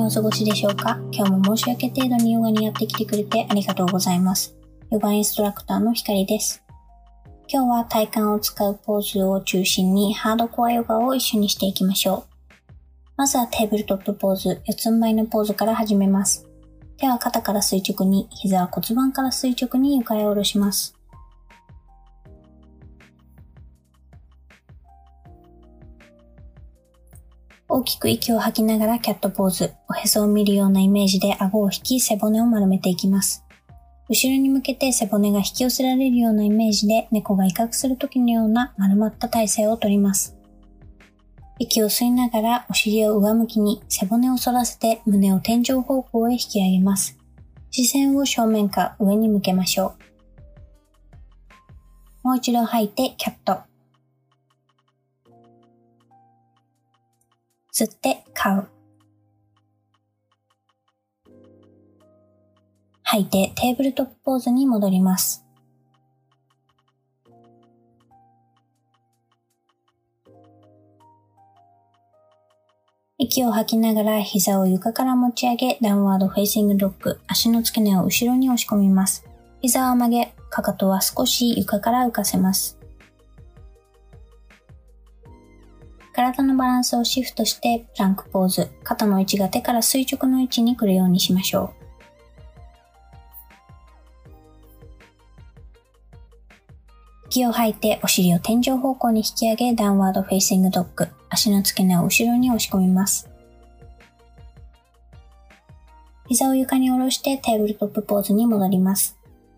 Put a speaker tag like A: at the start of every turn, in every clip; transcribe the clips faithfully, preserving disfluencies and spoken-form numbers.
A: にお過ごしでしょうか。今日も申し訳程度にヨガにやってきてくれてありがとうございます。ヨガインストラクターのひかりです。今日は体幹を使うポーズを中心にハードコアヨガを一緒にしていきましょう。まずはテーブルトップポーズ、四つん這いのポーズから始めます。手は肩から垂直に、膝は骨盤から垂直に床へ下ろします。大きく息を吐きながらキャットポーズ、おへそを見るようなイメージで顎を引き、背骨を丸めていきます。後ろに向けて背骨が引き寄せられるようなイメージで猫が威嚇する時のような丸まった体勢をとります。息を吸いながらお尻を上向きに背骨を反らせて胸を天井方向へ引き上げます。視線を正面か上に向けましょう。もう一度吐いてキャット。吸ってカウ。吐いてテーブルトップポーズに戻ります。息を吐きながら膝を床から持ち上げ、ダウンワードフェイシングドッグ、足の付け根を後ろに押し込みます。膝は曲げ、かかとは少し床から浮かせます。体のバランスをシフトしてプランクポーズ、肩の位置が手から垂直の位置に来るようにしましょう。息を吐いてお尻を天井方向に引き上げ、ダウンワードフェイシングドッグ、足の付け根を後ろに押し込みます。膝を床に下ろしてテーブルトップポーズに戻ります。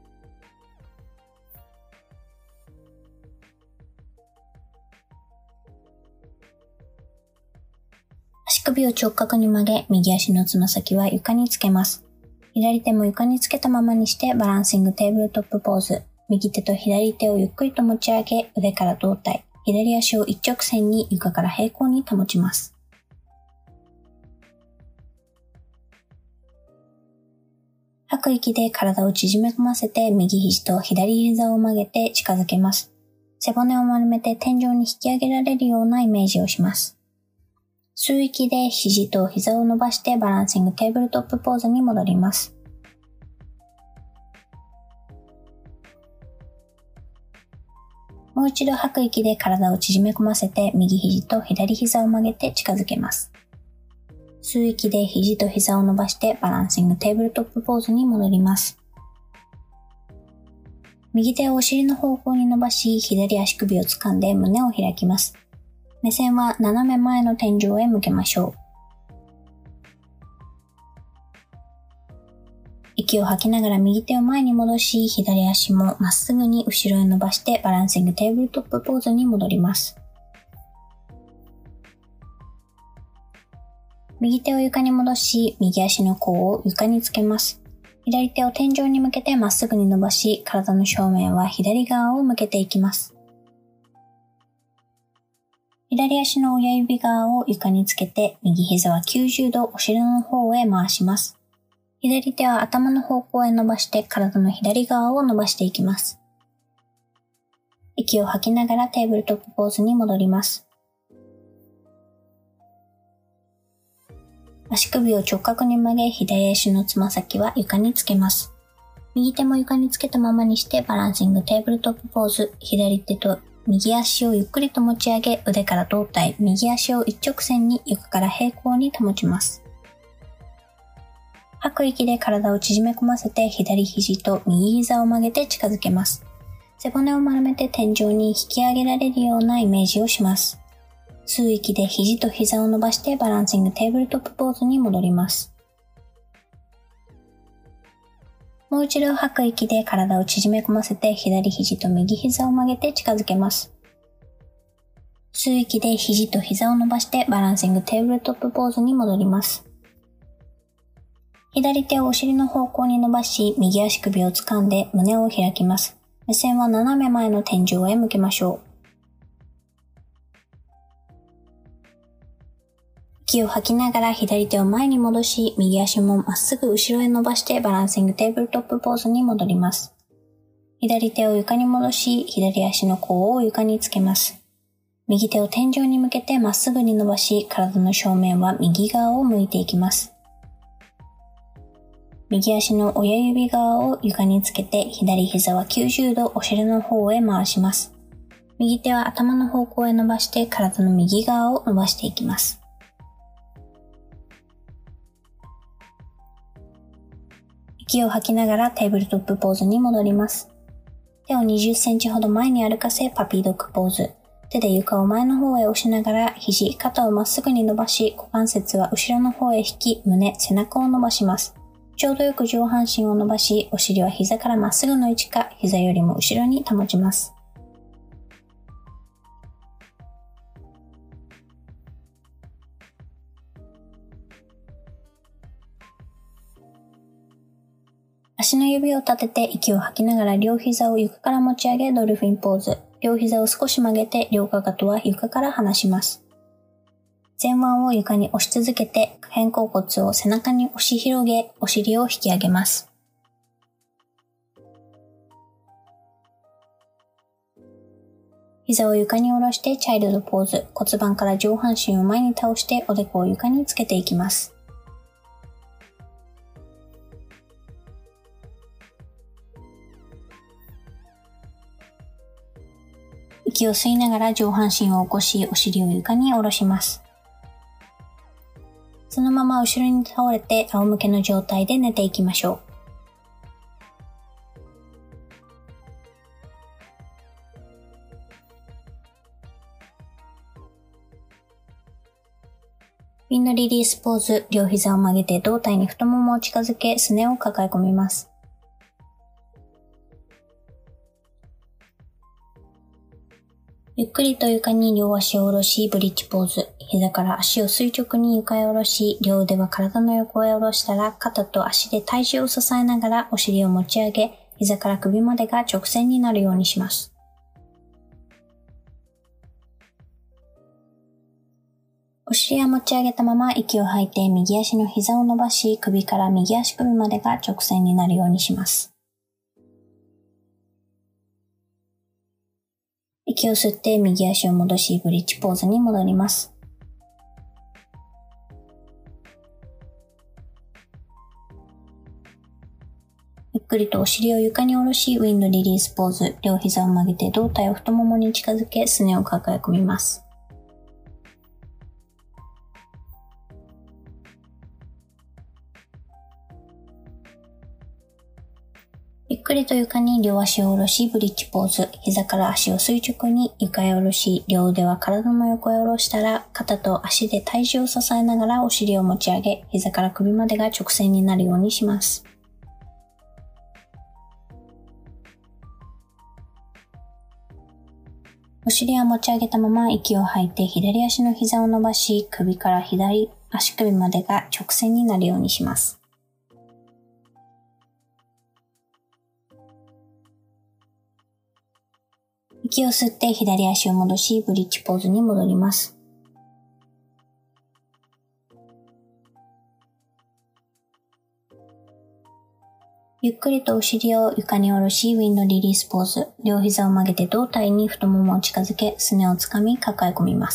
A: 足首を直角に曲げ、右足のつま先は床につけます。左手も床につけたままにしてバランシングテーブルトップポーズ。右手と左手をゆっくりと持ち上げ、腕から胴体、左足を一直線に床から平行に保ちます。吐く息で体を縮め込ませて右肘と左膝を曲げて近づけます。背骨を丸めて天井に引き上げられるようなイメージをします。吸う息で肘と膝を伸ばしてバランシングテーブルトップポーズに戻ります。もう一度吐く息で体を縮め込ませて右肘と左膝を曲げて近づけます。吸う息で肘と膝を伸ばしてバランシングテーブルトップポーズに戻ります。右手をお尻の方向に伸ばし、左足首を掴んで胸を開きます。目線は斜め前の天井へ向けましょう。息を吐きながら右手を前に戻し、左足もまっすぐに後ろへ伸ばしてバランシングテーブルトップポーズに戻ります。右手を床に戻し、右足の甲を床につけます。左手を天井に向けてまっすぐに伸ばし、体の正面は左側を向けていきます。左足の親指側を床につけて、右膝はきゅうじゅうどお尻の方へ回します。左手は頭の方向へ伸ばして体の左側を伸ばしていきます。息を吐きながらテーブルトップポーズに戻ります。足首を直角に曲げ、左足のつま先は床につけます。右手も床につけたままにしてバランシングテーブルトップポーズ、左手と右足をゆっくりと持ち上げ、腕から胴体、右足を一直線に床から平行に保ちます。吐く息で体を縮め込ませて左肘と右膝を曲げて近づけます。背骨を丸めて天井に引き上げられるようなイメージをします。吸う息で肘と膝を伸ばしてバランシングテーブルトップポーズに戻ります。もう一度吐く息で体を縮め込ませて左肘と右膝を曲げて近づけます。吸う息で肘と膝を伸ばしてバランシングテーブルトップポーズに戻ります。左手をお尻の方向に伸ばし、右足首を掴んで胸を開きます。目線は斜め前の天井へ向けましょう。息を吐きながら左手を前に戻し、右足もまっすぐ後ろへ伸ばしてバランシングテーブルトップポーズに戻ります。左手を床に戻し、左足の甲を床につけます。右手を天井に向けてまっすぐに伸ばし、体の正面は右側を向いていきます。 右足の親指側を床につけて、左膝はきゅうじゅうどお尻の方へ回します。右手は頭の方向へ伸ばして体の右側を伸ばしていきます。息を吐きながらテーブルトップポーズに戻ります。手をにじゅっセンチほど前に歩かせパピードッグポーズ。手で床を前の方へ押しながら肘、肩をまっすぐに伸ばし、股関節は後ろの方へ引き、胸、背中を伸ばします。ちょうどよく上半身を伸ばし、お尻は膝からまっすぐの位置か、膝よりも後ろに保ちます。足の指を立てて息を吐きながら両膝を床から持ち上げドルフィンポーズ。両膝を少し曲げて両かかとは床から離します。前腕を床に押し続けて肩甲骨を背中に押し広げ、お尻を引き上げます。膝を床に下ろしてチャイルドポーズ。骨盤から上半身を前に倒しておでこを床につけていきます。息を吸いながら上半身を起こし、お尻を床に下ろします。そのまま後ろに倒れて仰向けの状態で寝ていきましょう。ウィンドリリースポーズ。両膝を曲げて胴体に太ももを近づけ、すねを抱え込みます。ゆっくりと床に両足を下ろし、ブリッジポーズ。膝から足を垂直に床へ下ろし、両腕は体の横へ下ろしたら、肩と足で体重を支えながらお尻を持ち上げ、膝から首までが直線になるようにします。お尻は持ち上げたまま息を吐いて右足の膝を伸ばし、首から右足首までが直線になるようにします。息を吸って右足を戻し、ブリッジポーズに戻ります。ゆっくりとお尻を床に下ろし、ウィンドリリースポーズ。両膝を曲げて胴体を太ももに近づけ、すねを抱え込みます。ゆっくりと床に両足を下ろし、ブリッジポーズ。膝から足を垂直に床へ下ろし、両腕は体の横へ下ろしたら、肩と足で体重を支えながらお尻を持ち上げ、膝から首までが直線になるようにします。お尻は持ち上げたまま息を吐いて左足の膝を伸ばし、首から左足首までが直線になるようにします。息を吸って左足を戻し、ブリッジポーズに戻ります。ゆっくりとお尻を床に下ろし、ウィンドリリースポーズ。両膝を曲げて胴体に太ももを近づけ、すねをつかみ抱え込みます。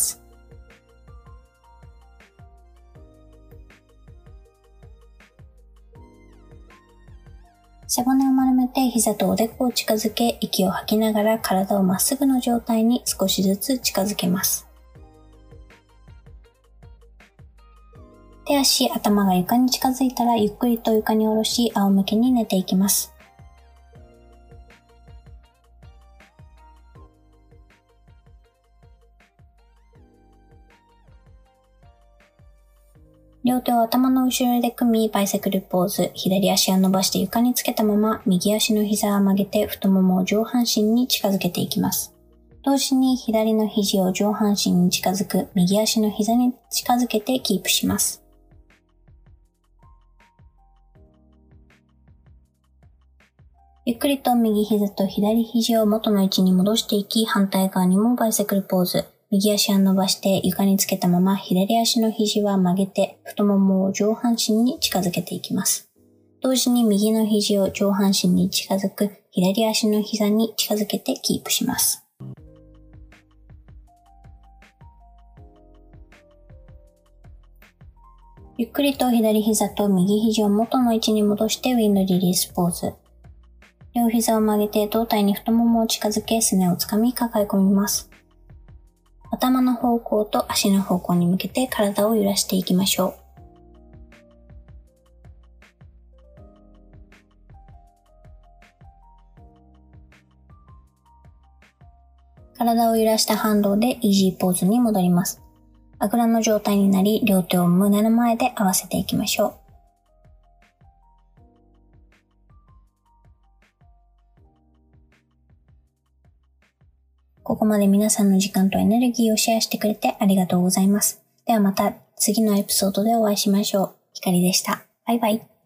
A: 背骨を丸めて膝とおでこを近づけ、息を吐きながら体をまっすぐの状態に少しずつ近づけます。手足、頭が床に近づいたらゆっくりと床に下ろし、仰向けに寝ていきます。両手を頭の後ろで組み、バイセクルポーズ。左足は伸ばして床につけたまま、右足の膝を曲げて太ももを上半身に近づけていきます。同時に左の肘を上半身に近づく、右足の膝に近づけてキープします。ゆっくりと右膝と左肘を元の位置に戻していき、反対側にもバイセクルポーズ。右足は伸ばして床につけたまま、左足の肘は曲げて太ももを上半身に近づけていきます。同時に右の肘を上半身に近づく、左足の膝に近づけてキープします。 ゆっくりと左膝と右肘を元の位置に戻してウィンドリリースポーズ。両膝を曲げて胴体に太ももを近づけ、すねをつかみ抱え込みます。頭の方向と足の方向に向けて体を揺らしていきましょう。体を揺らした反動でイージーポーズに戻ります。あぐらの状態になり、両手を胸の前で合わせていきましょう。ここまで皆さんの時間とエネルギーをシェアしてくれてありがとうございます。ではまた次のエピソードでお会いしましょう。ひかりでした。バイバイ。